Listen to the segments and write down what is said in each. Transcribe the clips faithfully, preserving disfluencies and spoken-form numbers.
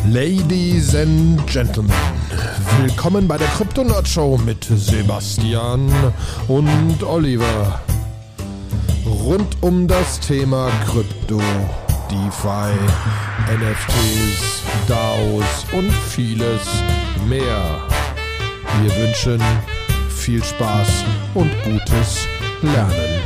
Ladies and Gentlemen, willkommen bei der Kryptonaut-Show mit Sebastian und Oliver. Rund um das Thema Krypto, DeFi, N F Ts, D A Os und vieles mehr. Wir wünschen viel Spaß und gutes Lernen.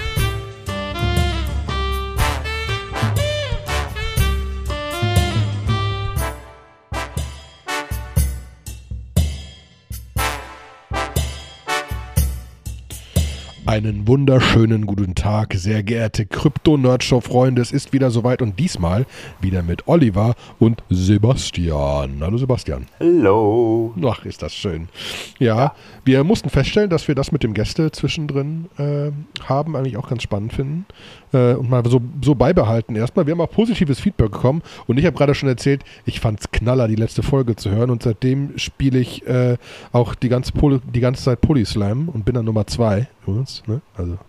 Einen wunderschönen guten Tag, sehr geehrte Krypto-Nerd-Show-Freunde. Es ist wieder soweit und diesmal wieder mit Oliver und Sebastian. Hallo Sebastian. Hallo. Ach, ist das schön. Ja, ja, wir mussten feststellen, dass wir das mit dem Gäste zwischendrin äh, haben, eigentlich auch ganz spannend finden äh, und mal so, so beibehalten erstmal. Wir haben auch positives Feedback bekommen und ich habe gerade schon erzählt, ich fand es knaller, die letzte Folge zu hören und seitdem spiele ich äh, auch die ganze, Pol- die ganze Zeit Polyslam und bin dann Nummer zwei. Ne? Also,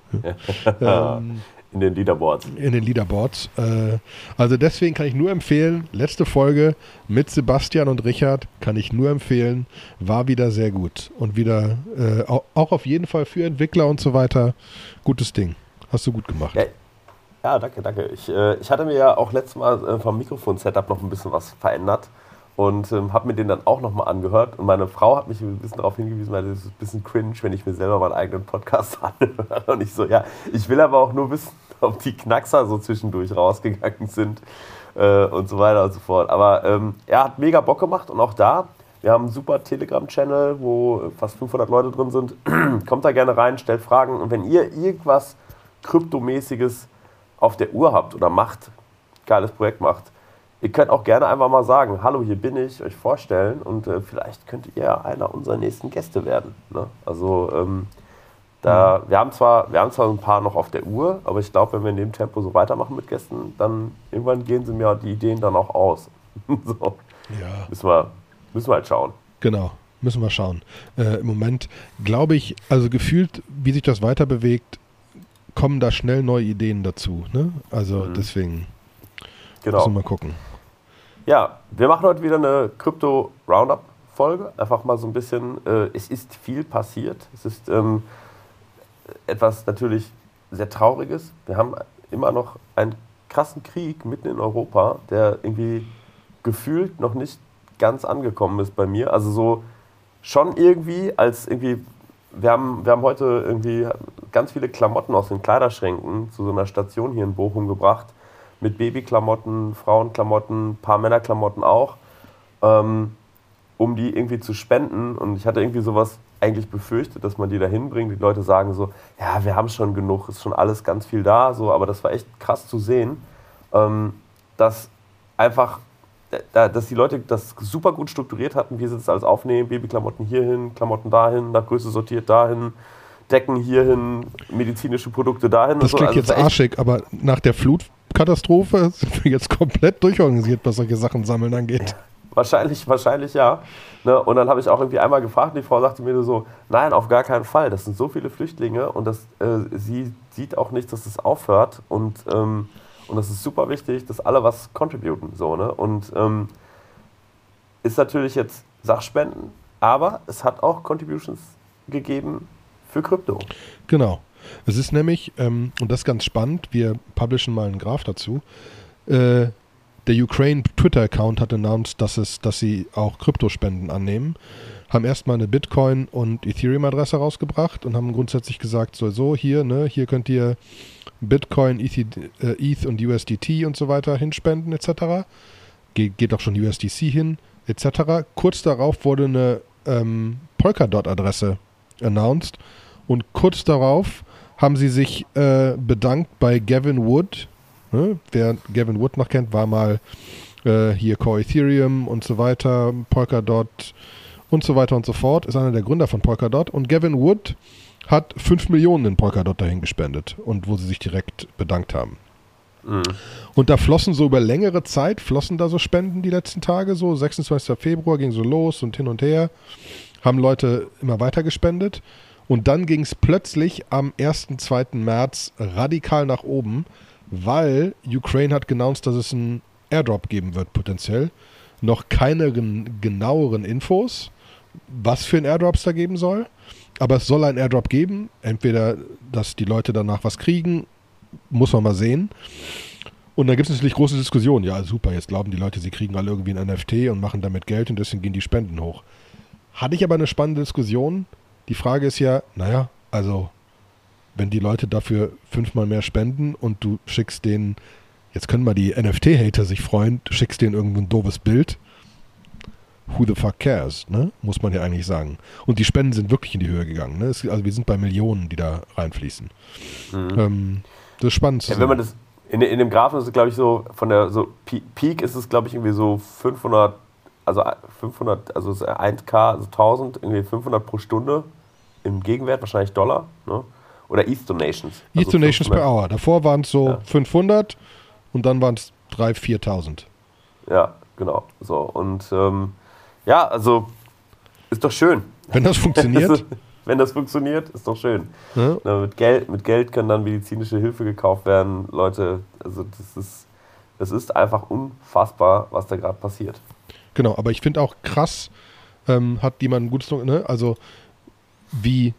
ja. ähm, in den Leaderboards. In den Leaderboards. Äh, also deswegen kann ich nur empfehlen, letzte Folge mit Sebastian und Richard kann ich nur empfehlen, war wieder sehr gut und wieder äh, auch, auch auf jeden Fall für Entwickler und so weiter gutes Ding. Hast du gut gemacht. Ja, ja danke, danke. Ich, äh, ich hatte mir ja auch letztes Mal äh, vom Mikrofon-Setup noch ein bisschen was verändert. Und ähm, habe mir den dann auch nochmal angehört. Und meine Frau hat mich ein bisschen darauf hingewiesen, weil das ist ein bisschen cringe, wenn ich mir selber meinen eigenen Podcast anhöre. Und ich so, ja, ich will aber auch nur wissen, ob die Knackser so zwischendurch rausgegangen sind äh, und so weiter und so fort. Aber ähm, er hat mega Bock gemacht und auch da, wir haben einen super Telegram-Channel, wo fast fünfhundert Leute drin sind. Kommt da gerne rein, stellt Fragen. Und wenn ihr irgendwas Kryptomäßiges auf der Uhr habt oder macht, geiles Projekt macht, ihr könnt auch gerne einfach mal sagen, hallo, hier bin ich, euch vorstellen und äh, vielleicht könnt ihr einer unserer nächsten Gäste werden. Ne? Also ähm, da, wir haben zwar, wir haben zwar ein paar noch auf der Uhr, aber ich glaube, wenn wir in dem Tempo so weitermachen mit Gästen, dann irgendwann gehen sie mir die Ideen dann auch aus. so. Ja. Müssen wir, müssen wir halt schauen. Genau, müssen wir schauen. Äh, Im Moment glaube ich, also gefühlt, wie sich das weiter bewegt, kommen da schnell neue Ideen dazu. Ne? Also mhm. deswegen genau. müssen wir mal gucken. Ja, wir machen heute wieder eine Krypto-Roundup-Folge. Einfach mal so ein bisschen, äh, es ist viel passiert. Es ist ähm, etwas natürlich sehr Trauriges. Wir haben immer noch einen krassen Krieg mitten in Europa, der irgendwie gefühlt noch nicht ganz angekommen ist bei mir. Also so schon irgendwie, als irgendwie, wir haben, wir haben heute irgendwie ganz viele Klamotten aus den Kleiderschränken zu so einer Station hier in Bochum gebracht. Mit Babyklamotten, Frauenklamotten, ein paar Männerklamotten auch, ähm, um die irgendwie zu spenden. Und ich hatte irgendwie sowas eigentlich befürchtet, dass man die da hinbringt. Die Leute sagen so, ja, wir haben schon genug, ist schon alles ganz viel da. So, aber das war echt krass zu sehen, ähm, dass einfach, äh, dass die Leute das super gut strukturiert hatten, wie sie das alles aufnehmen. Babyklamotten hierhin, Klamotten dahin, nach Größe sortiert dahin. Decken hierhin, medizinische Produkte dahin. Das und so. klingt also jetzt arschig, aber nach der Flutkatastrophe sind wir jetzt komplett durchorganisiert, was solche Sachen sammeln angeht. Ja, wahrscheinlich, wahrscheinlich ja. Ne? Und dann habe ich auch irgendwie einmal gefragt, die Frau sagte mir so, nein, auf gar keinen Fall, das sind so viele Flüchtlinge und das, äh, sie sieht auch nicht, dass es aufhört und, ähm, und das ist super wichtig, dass alle was contributen. So, ne? Und ähm, ist natürlich jetzt Sachspenden, aber es hat auch Contributions gegeben für Krypto. Genau. Es ist nämlich, ähm, und das ist ganz spannend, wir publishen mal einen Graph dazu, äh, der Ukraine Twitter-Account hat announced, dass, es, dass sie auch Kryptospenden annehmen, haben erstmal eine Bitcoin- und Ethereum-Adresse rausgebracht und haben grundsätzlich gesagt, so, so hier, ne, hier könnt ihr Bitcoin, E T H, äh, E T H und U S D T und so weiter hinspenden, et cetera. Ge- geht auch schon U S D C hin, et cetera. Kurz darauf wurde eine ähm, Polkadot-Adresse announced und kurz darauf haben sie sich äh, bedankt bei Gavin Wood. Ne? Wer Gavin Wood noch kennt, war mal äh, hier Core Ethereum und so weiter, Polkadot und so weiter und so fort, ist einer der Gründer von Polkadot und Gavin Wood hat fünf Millionen in Polkadot dahin gespendet und wo sie sich direkt bedankt haben. Mhm. Und da flossen so über längere Zeit, flossen da so Spenden die letzten Tage, so sechsundzwanzigsten Februar ging so los und hin und her, haben Leute immer weiter gespendet und dann ging es plötzlich am ersten, zweiten März radikal nach oben, weil Ukraine hat announced, dass es einen Airdrop geben wird potenziell noch keine gen- genaueren Infos, was für ein Airdrop es da geben soll. Aber es soll einen Airdrop geben. Entweder, dass die Leute danach was kriegen, muss man mal sehen. Und dann gibt es natürlich große Diskussionen. Ja, super, jetzt glauben die Leute, sie kriegen alle irgendwie ein N F T und machen damit Geld und deswegen gehen die Spenden hoch. Hatte ich aber eine spannende Diskussion. Die Frage ist ja, naja, also wenn die Leute dafür fünfmal mehr spenden und du schickst denen, jetzt können mal die N F T-Hater sich freuen, du schickst denen irgendein doofes Bild. Who the fuck cares, ne? Muss man ja eigentlich sagen. Und die Spenden sind wirklich in die Höhe gegangen. Ne? Es, also wir sind bei Millionen, die da reinfließen. Mhm. Ähm, das ist spannend zu ja, sehen. wenn man das in, in dem Graphen ist es, glaube ich, so von der so Peak ist es, glaube ich, irgendwie so fünfhundert, also fünfhundert, also eins K, also tausend, irgendwie fünfhundert pro Stunde im Gegenwert, wahrscheinlich Dollar, ne? Oder E T H Donations. E T H also Donations per Hour. Davor waren es so ja. fünfhundert und dann waren es dreitausend, viertausend. Ja, genau. So und ähm, ja, also ist doch schön. Wenn das funktioniert. Wenn das funktioniert, ist doch schön. Ja. Na, mit Geld, mit Geld kann dann medizinische Hilfe gekauft werden. Leute, also das ist, das ist einfach unfassbar, was da gerade passiert. Genau, aber ich finde auch krass, ähm, hat jemand ein gutes, ne? Also wie,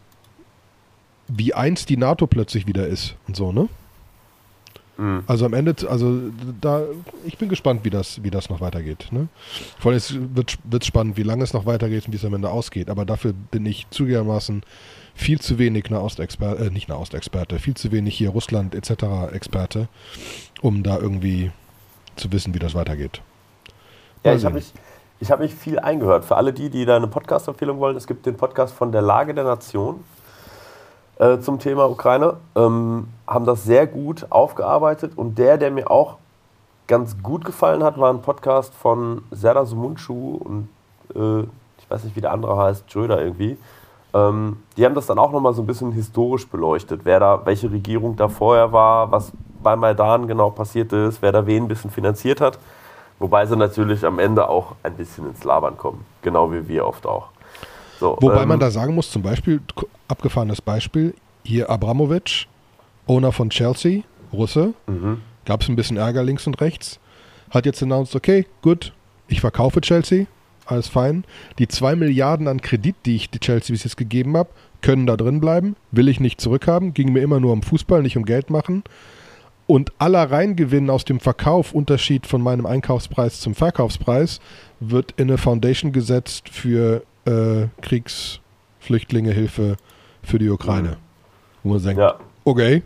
wie eins die NATO plötzlich wieder ist und so, ne? Mhm. Also am Ende, also da, ich bin gespannt, wie das, wie das noch weitergeht. Ne? Vor allem es wird es spannend, wie lange es noch weitergeht und wie es am Ende ausgeht. Aber dafür bin ich zugegebenermaßen viel zu wenig Nahostexperte, äh, nicht Nahostexperte, viel zu wenig hier Russland et cetera Experte, um da irgendwie zu wissen, wie das weitergeht. Mal ja, ich habe mich, ich hab mich viel eingehört. Für alle die, die da eine Podcast-Empfehlung wollen, es gibt den Podcast von der Lage der Nation äh, zum Thema Ukraine. Ähm, haben das sehr gut aufgearbeitet. Und der, der mir auch ganz gut gefallen hat, war ein Podcast von Serdar Sumuncu und äh, ich weiß nicht, wie der andere heißt, Schröder irgendwie. Ähm, die haben das dann auch nochmal so ein bisschen historisch beleuchtet, wer da, welche Regierung da vorher war, was bei Maidan genau passiert ist, wer da wen ein bisschen finanziert hat. Wobei sie natürlich am Ende auch ein bisschen ins Labern kommen. Genau wie wir oft auch. So, Wobei ähm, man da sagen muss, zum Beispiel, abgefahrenes Beispiel, hier Abramovich, Owner von Chelsea, Russe, mhm. gab es ein bisschen Ärger links und rechts, hat jetzt announced, okay, gut, ich verkaufe Chelsea, alles fein. Die zwei Milliarden an Kredit, die ich die Chelsea bis jetzt gegeben habe, können da drin bleiben, will ich nicht zurückhaben, ging mir immer nur um Fußball, nicht um Geld machen. Und aller Reingewinn aus dem Verkauf, Unterschied von meinem Einkaufspreis zum Verkaufspreis, wird in eine Foundation gesetzt für äh, Kriegsflüchtlinge, Hilfe für die Ukraine. Mhm. Wo man denkt, ja. okay,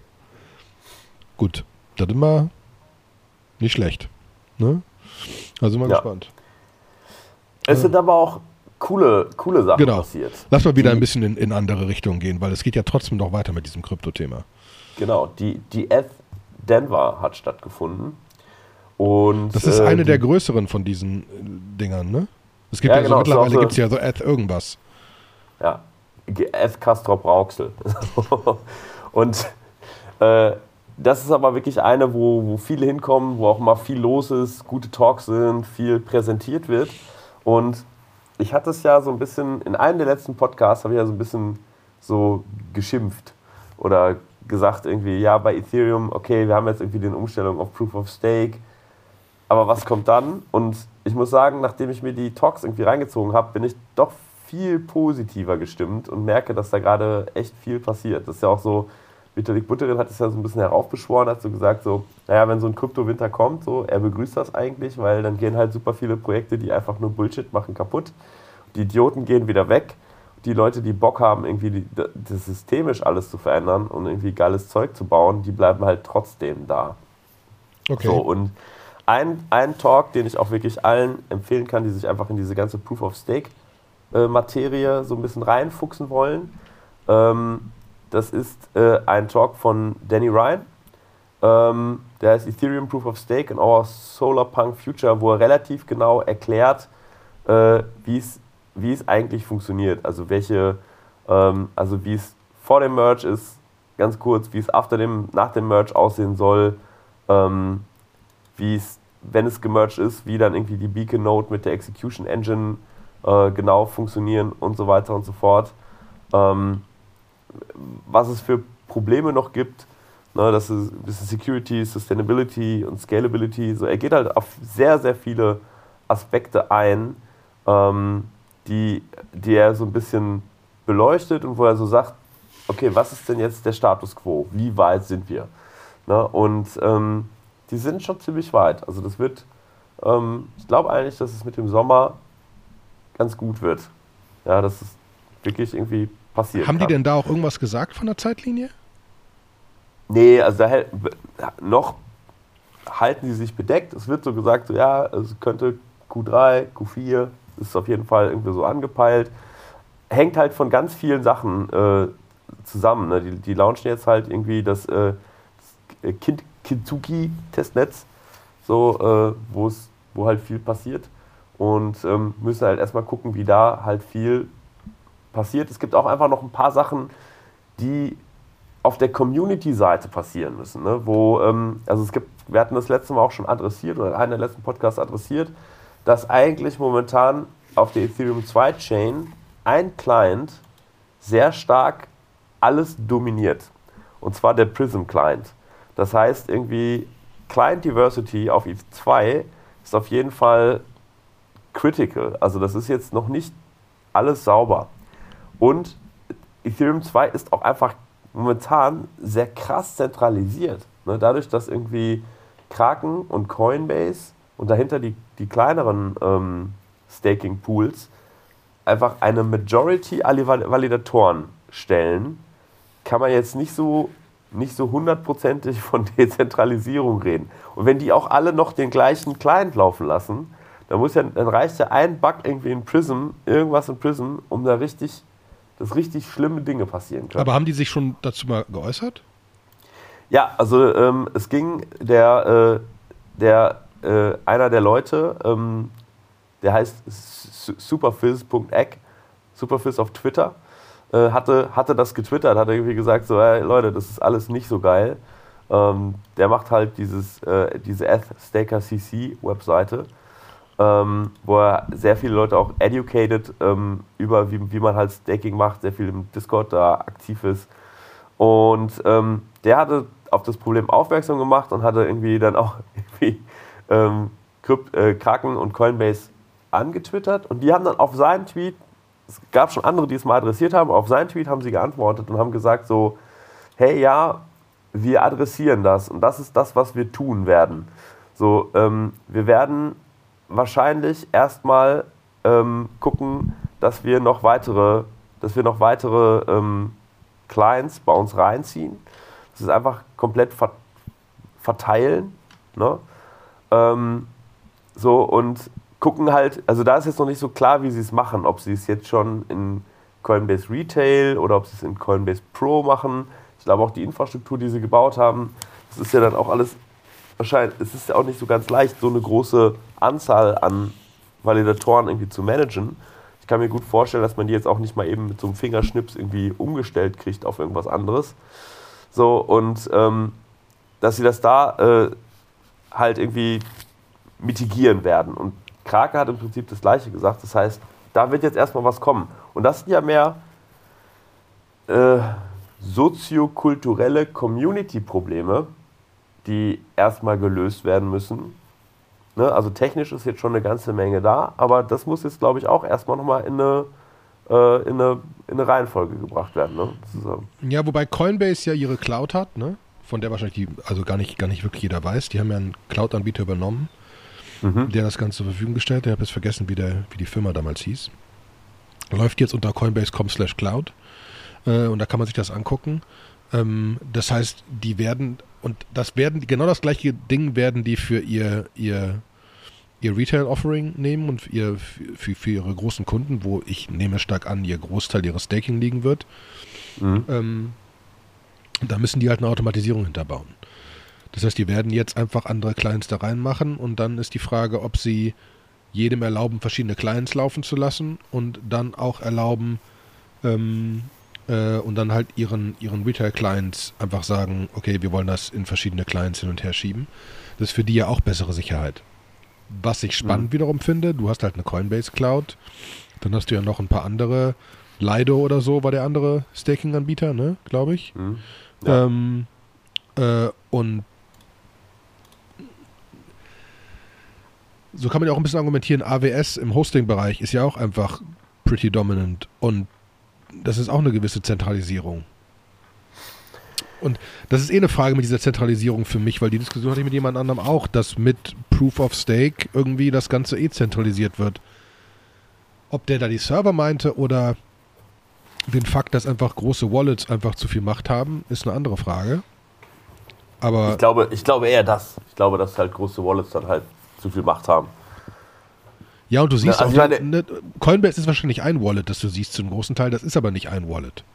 gut, das ist immer nicht schlecht. Ne? Also mal ja. gespannt. Es sind aber auch coole, coole Sachen genau. passiert. Lass mal wieder die, ein bisschen in, in andere Richtungen gehen, weil es geht ja trotzdem noch weiter mit diesem Krypto-Thema. Genau, die, die E T H Denver hat stattgefunden. Und, das ist äh, eine die, der größeren von diesen äh, Dingern, ne? Es gibt ja, ja genau, so, mittlerweile so, gibt es ja so E T H irgendwas. Ja, E T H Castrop Rauxel. Und äh, das ist aber wirklich eine, wo, wo viele hinkommen, wo auch mal viel los ist, gute Talks sind, viel präsentiert wird. Und ich hatte es ja so ein bisschen, in einem der letzten Podcasts habe ich ja so ein bisschen so geschimpft oder gesagt irgendwie, ja, bei Ethereum, okay, wir haben jetzt irgendwie die Umstellung auf Proof of Stake, aber was kommt dann? Und ich muss sagen, nachdem ich mir die Talks irgendwie reingezogen habe, bin ich doch viel positiver gestimmt und merke, dass da gerade echt viel passiert. Das ist ja auch so, Vitalik Buterin hat es ja so ein bisschen heraufbeschworen, hat so gesagt, so, naja, wenn so ein Kryptowinter kommt, so, er begrüßt das eigentlich, weil dann gehen halt super viele Projekte, die einfach nur Bullshit machen, kaputt. Die Idioten gehen wieder weg. Die Leute, die Bock haben, irgendwie die, das systemisch alles zu verändern und irgendwie geiles Zeug zu bauen, die bleiben halt trotzdem da. Okay. So, und ein, ein Talk, den ich auch wirklich allen empfehlen kann, die sich einfach in diese ganze Proof-of-Stake-Materie so ein bisschen reinfuchsen wollen, ähm, das ist äh, ein Talk von Danny Ryan, ähm, der heißt Ethereum Proof of Stake in Our Solarpunk Future, wo er relativ genau erklärt, äh, wie es wie es eigentlich funktioniert, also welche, ähm, also wie es vor dem Merge ist, ganz kurz, wie es after dem, nach dem Merge aussehen soll, ähm, wie es, wenn es gemerged ist, wie dann irgendwie die Beacon Node mit der Execution Engine äh, genau funktionieren und so weiter und so fort. Ähm, was es für Probleme noch gibt, ne, das ist, das ist Security, Sustainability und Scalability, so, er geht halt auf sehr, sehr viele Aspekte ein, ähm, die, die er so ein bisschen beleuchtet und wo er so sagt, okay, was ist denn jetzt der Status quo? Wie weit sind wir? Ne? Und ähm, die sind schon ziemlich weit. Also das wird, ähm, ich glaube eigentlich, dass es mit dem Sommer ganz gut wird. Ja, dass es wirklich irgendwie passiert. Haben kann. die denn da auch irgendwas gesagt von der Zeitlinie? Nee, also da hält, noch halten sie sich bedeckt. Es wird so gesagt, so, ja, es könnte Q drei, Q vier, ist auf jeden Fall irgendwie so angepeilt. Hängt halt von ganz vielen Sachen äh, zusammen. Ne? Die, die launchen jetzt halt irgendwie das, äh, das kind, Kintuki-Testnetz, so, äh, wo halt viel passiert. Und ähm, müssen halt erstmal gucken, wie da halt viel passiert. Es gibt auch einfach noch ein paar Sachen, die auf der Community-Seite passieren müssen. Ne? Wo, ähm, also es gibt, wir hatten das letzte Mal auch schon adressiert, oder einen der letzten Podcasts adressiert, dass eigentlich momentan auf der Ethereum zwei Chain ein Client sehr stark alles dominiert. Und zwar der Prism Client. Das heißt irgendwie, Client Diversity auf E T H zwei ist auf jeden Fall critical. Also das ist jetzt noch nicht alles sauber. Und Ethereum zwei ist auch einfach momentan sehr krass zentralisiert. Ne? Dadurch, dass irgendwie Kraken und Coinbase und dahinter die, die kleineren ähm, Staking-Pools einfach eine Majority aller Validatoren stellen, kann man jetzt nicht so nicht so hundertprozentig von Dezentralisierung reden. Und wenn die auch alle noch den gleichen Client laufen lassen, dann, muss ja, dann reicht ja ein Bug irgendwie in Prism, irgendwas in Prism, um da richtig, dass richtig schlimme Dinge passieren können. Aber haben die sich schon dazu mal geäußert? Ja, also ähm, es ging der, äh, der äh, einer der Leute, ähm, der heißt superfizz punkt egg, superfizz auf Twitter, äh, hatte, hatte das getwittert, hat irgendwie gesagt, so, hey, Leute, das ist alles nicht so geil. Ähm, der macht halt dieses, äh, diese E T H Staker C C Webseite, ähm, wo er sehr viele Leute auch educated ähm, über, wie, wie man halt Staking macht, sehr viel im Discord da aktiv ist. Und ähm, der hatte auf das Problem aufmerksam gemacht und hatte irgendwie dann auch irgendwie ähm, Krypt, äh, Kraken und Coinbase angetwittert. Und die haben dann auf seinen Tweet, es gab schon andere, die es mal adressiert haben, auf seinen Tweet haben sie geantwortet und haben gesagt so, hey, ja, wir adressieren das und das ist das, was wir tun werden. So, ähm, wir werden wahrscheinlich erstmal ähm, gucken, dass wir noch weitere, dass wir noch weitere ähm, Clients bei uns reinziehen. Das ist einfach komplett ver- verteilen. Ne? Ähm, so und gucken halt, also da ist jetzt noch nicht so klar, wie sie es machen, ob sie es jetzt schon in Coinbase Retail oder ob sie es in Coinbase Pro machen. Ich glaube auch die Infrastruktur, die sie gebaut haben, das ist ja dann auch alles wahrscheinlich, es ist ja auch nicht so ganz leicht, so eine große Anzahl an Validatoren irgendwie zu managen. Ich kann mir gut vorstellen, dass man die jetzt auch nicht mal eben mit so einem Fingerschnips irgendwie umgestellt kriegt auf irgendwas anderes. So, und ähm, dass sie das da äh, halt irgendwie mitigieren werden. Und Krake hat im Prinzip das Gleiche gesagt. Das heißt, da wird jetzt erstmal was kommen. Und das sind ja mehr äh, soziokulturelle Community-Probleme, die erstmal gelöst werden müssen. Ne? Also technisch ist jetzt schon eine ganze Menge da, aber das muss jetzt, glaube ich, auch erstmal nochmal in eine, äh, in, eine, in eine Reihenfolge gebracht werden. Ne? So. Ja, wobei Coinbase ja ihre Cloud hat, ne? Von der wahrscheinlich die, also gar nicht, gar nicht wirklich jeder weiß. Die haben ja einen Cloud-Anbieter übernommen, mhm. der das Ganze zur Verfügung gestellt hat. Ich habe jetzt vergessen, wie, der, wie die Firma damals hieß. Läuft jetzt unter coinbase punkt com slash cloud äh, und da kann man sich das angucken. Ähm, das heißt, die werden, und das werden, genau das gleiche Ding werden die für ihr, ihr, ihr Retail-Offering nehmen und für, ihr, für, für ihre großen Kunden, wo ich nehme stark an, ihr Großteil ihres Staking liegen wird. Mhm. Ähm, da müssen die halt eine Automatisierung hinterbauen. Das heißt, die werden jetzt einfach andere Clients da reinmachen und dann ist die Frage, ob sie jedem erlauben, verschiedene Clients laufen zu lassen und dann auch erlauben ähm, äh, und dann halt ihren, ihren Retail-Clients einfach sagen, okay, wir wollen das in verschiedene Clients hin und her schieben. Das ist für die ja auch bessere Sicherheit. Was ich spannend mhm. wiederum finde, du hast halt eine Coinbase-Cloud, dann hast du ja noch ein paar andere, Lido oder so war der andere Staking-Anbieter, ne, glaube ich. Mhm. Ja. Ähm, äh, und so kann man ja auch ein bisschen argumentieren, A W S im Hosting-Bereich ist ja auch einfach pretty dominant und das ist auch eine gewisse Zentralisierung. Und das ist eh eine Frage mit dieser Zentralisierung für mich, weil die Diskussion hatte ich mit jemand anderem auch, dass mit Proof of Stake irgendwie das Ganze eh zentralisiert wird. Ob der da die Server meinte oder den Fakt, dass einfach große Wallets einfach zu viel Macht haben, ist eine andere Frage. Aber ich glaube, ich glaube eher das. Ich glaube, dass halt große Wallets dann halt zu viel Macht haben. Ja, und du siehst Na, also auch, meine, ne, Coinbase ist wahrscheinlich ein Wallet, das du siehst zum großen Teil, das ist aber nicht ein Wallet.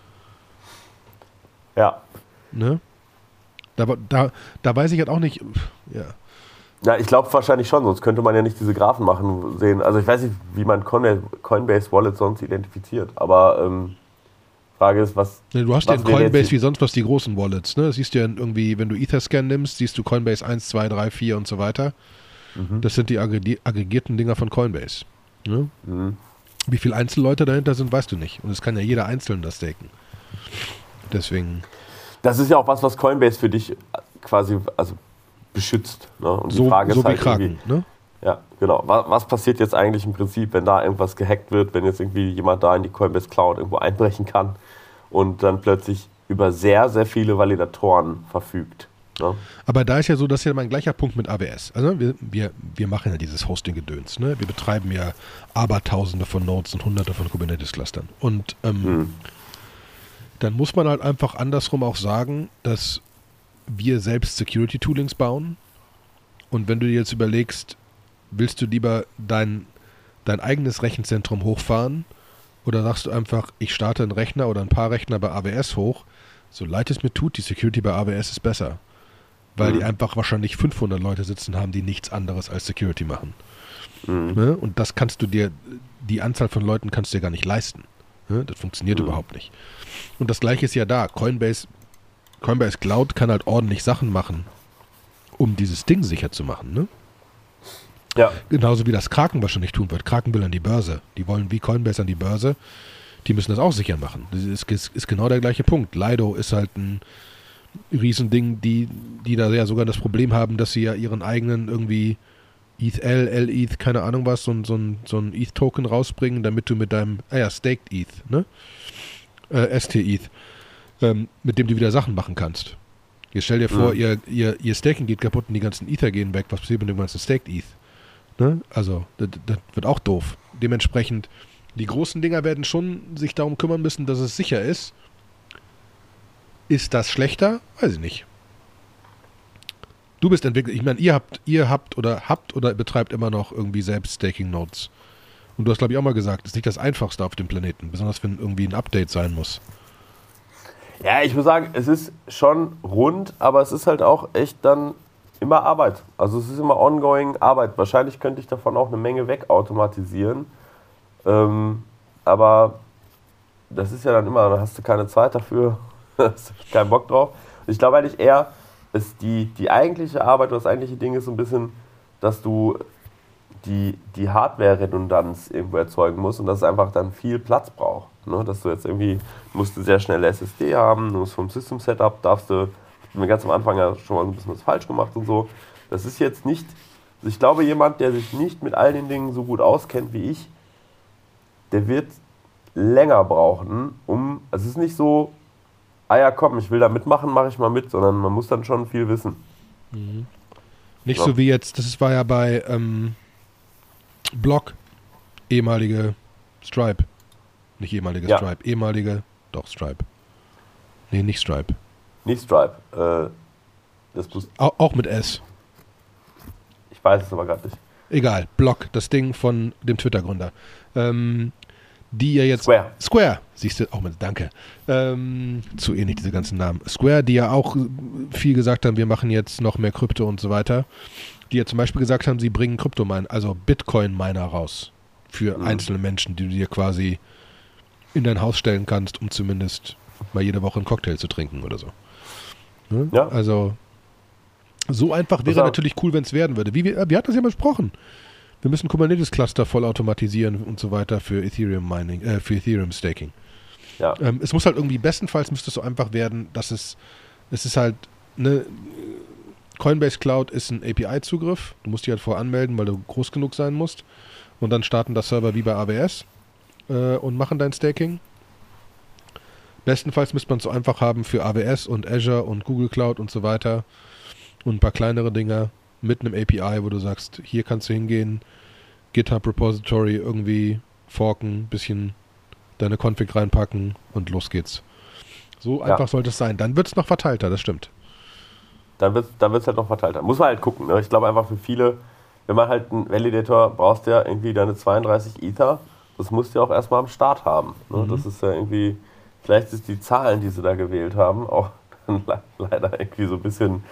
Ja. Ne? Da, da, da weiß ich halt auch nicht, ja. Ja, ich glaube wahrscheinlich schon, sonst könnte man ja nicht diese Graphen machen, sehen. Also ich weiß nicht, wie man Coinbase Wallet sonst identifiziert, aber ähm, Frage ist, was... Ne, du hast was ja in Coinbase wie sonst was die großen Wallets, ne? Das siehst du ja irgendwie, wenn du Etherscan nimmst, siehst du Coinbase eins, zwei, drei, vier und so weiter. Mhm. Das sind die aggregier- aggregierten Dinger von Coinbase. Ne? Mhm. Wie viele Einzelleute dahinter sind, weißt du nicht. Und es kann ja jeder einzeln das staken. Deswegen... Das ist ja auch was, was Coinbase für dich quasi also beschützt. Ne? Und die so Frage so ist halt wie Kraken, ne? Ja, genau. Was, was passiert jetzt eigentlich im Prinzip, wenn da irgendwas gehackt wird, wenn jetzt irgendwie jemand da in die Coinbase Cloud irgendwo einbrechen kann und dann plötzlich über sehr, sehr viele Validatoren verfügt. Ne? Aber da ist ja so, das ist ja mein gleicher Punkt mit A W S. Also wir, wir, wir machen ja dieses Hosting-Gedöns. Ne? Wir betreiben ja Abertausende von Nodes und Hunderte von Kubernetes-Clustern. Und ähm, hm. dann muss man halt einfach andersrum auch sagen, dass wir selbst Security-Toolings bauen. Und wenn du dir jetzt überlegst, willst du lieber dein, dein eigenes Rechenzentrum hochfahren oder sagst du einfach, ich starte einen Rechner oder ein paar Rechner bei A W S hoch, so leid es mir tut, die Security bei A W S ist besser. Weil mhm. die einfach wahrscheinlich fünfhundert Leute sitzen haben, die nichts anderes als Security machen. Mhm. Ne? Und das kannst du dir, die Anzahl von Leuten kannst du dir gar nicht leisten. Ne? Das funktioniert mhm. überhaupt nicht. Und das gleiche ist ja da. Coinbase, Coinbase Cloud kann halt ordentlich Sachen machen, um dieses Ding sicher zu machen. Ne? Ja. Genauso wie das Kraken wahrscheinlich tun wird. Kraken will an die Börse. Die wollen wie Coinbase an die Börse. Die müssen das auch sicher machen. Das ist, ist, ist genau der gleiche Punkt. Lido ist halt ein Riesending, die, die da ja sogar das Problem haben, dass sie ja ihren eigenen irgendwie E T H L, L E T H, keine Ahnung was, so, so, so ein E T H-Token rausbringen, damit du mit deinem, ah ja, Staked E T H, ne? Äh, S T E T H, ähm, mit dem du wieder Sachen machen kannst. Jetzt stell dir vor, mhm. ihr, ihr, ihr Staking geht kaputt und die ganzen Ether gehen weg. Was passiert mit dem ganzen Staked E T H? Ne? Also, das, das wird auch doof. Dementsprechend, die großen Dinger werden schon sich darum kümmern müssen, dass es sicher ist. Ist das schlechter? Weiß ich nicht. Du bist Entwickler. Ich meine, ihr habt, ihr habt oder habt oder betreibt immer noch irgendwie selbst Staking-Nodes. Und du hast, glaube ich, auch mal gesagt, das ist nicht das Einfachste auf dem Planeten, besonders wenn irgendwie ein Update sein muss. Ja, ich muss sagen, es ist schon rund, aber es ist halt auch echt dann immer Arbeit. Also es ist immer ongoing Arbeit. Wahrscheinlich könnte ich davon auch eine Menge wegautomatisieren. Ähm, aber das ist ja dann immer, da hast du keine Zeit dafür, hast du keinen Bock drauf. Ich glaube eigentlich eher, ist die, die eigentliche Arbeit, das eigentliche Ding ist so ein bisschen, dass du die, die Hardware-Redundanz irgendwo erzeugen musst und dass es einfach dann viel Platz braucht. Ne? Dass du jetzt irgendwie, musst du sehr schnell S S D haben, du musst vom System-Setup, darfst du, haben wir ganz am Anfang ja schon mal ein bisschen was falsch gemacht und so. Das ist jetzt nicht, also ich glaube, jemand, der sich nicht mit all den Dingen so gut auskennt wie ich, der wird länger brauchen, um, also es ist nicht so, ah ja komm, ich will da mitmachen, mache ich mal mit, sondern man muss dann schon viel wissen. Mhm. Nicht ja. so wie jetzt, das war ja bei ähm, Block, ehemalige Stripe. Nicht ehemalige ja. Stripe, ehemalige, doch Stripe. Nee, nicht Stripe. Nicht Stripe. Äh, das auch, auch mit S. Ich weiß es aber gerade nicht. Egal, Block, das Ding von dem Twitter-Gründer. Ähm, die ja jetzt... Square. Square, siehst du auch mit, danke. Ähm, zu ähnlich, diese ganzen Namen. Square, die ja auch viel gesagt haben, wir machen jetzt noch mehr Krypto und so weiter. Die ja zum Beispiel gesagt haben, sie bringen Kryptominer, also Bitcoin-Miner raus. Für mhm. einzelne Menschen, die du dir quasi in dein Haus stellen kannst, um zumindest mal jede Woche einen Cocktail zu trinken oder so. Ne? Ja. Also so einfach wäre natürlich cool, wenn es werden würde. Wie wir, wir hatten das ja mal besprochen. Wir müssen Kubernetes-Cluster vollautomatisieren und so weiter für Ethereum Mining, äh, für Ethereum Staking. Ja. Ähm, es muss halt irgendwie, bestenfalls müsste es so einfach werden, dass es, es ist halt, ne, Coinbase Cloud ist ein A P I-Zugriff. Du musst dich halt vorher anmelden, weil du groß genug sein musst. Und dann starten das Server wie bei A W S äh, und machen dein Staking. Bestenfalls müsste man es so einfach haben für A W S und Azure und Google Cloud und so weiter. Und ein paar kleinere Dinger mit einem A P I, wo du sagst, hier kannst du hingehen, GitHub Repository irgendwie forken, bisschen deine Config reinpacken und los geht's. So Ja. einfach sollte es sein. Dann wird es noch verteilter, das stimmt. Dann wird es dann wird's halt noch verteilter. Muss man halt gucken. Ne? Ich glaube einfach für viele, wenn man halt einen Validator brauchst, ja irgendwie deine zweiunddreißig Ether, das musst du ja auch erstmal am Start haben. Ne? Mhm. Das ist ja irgendwie, vielleicht ist die Zahlen, die sie da gewählt haben, auch leider irgendwie so ein bisschen,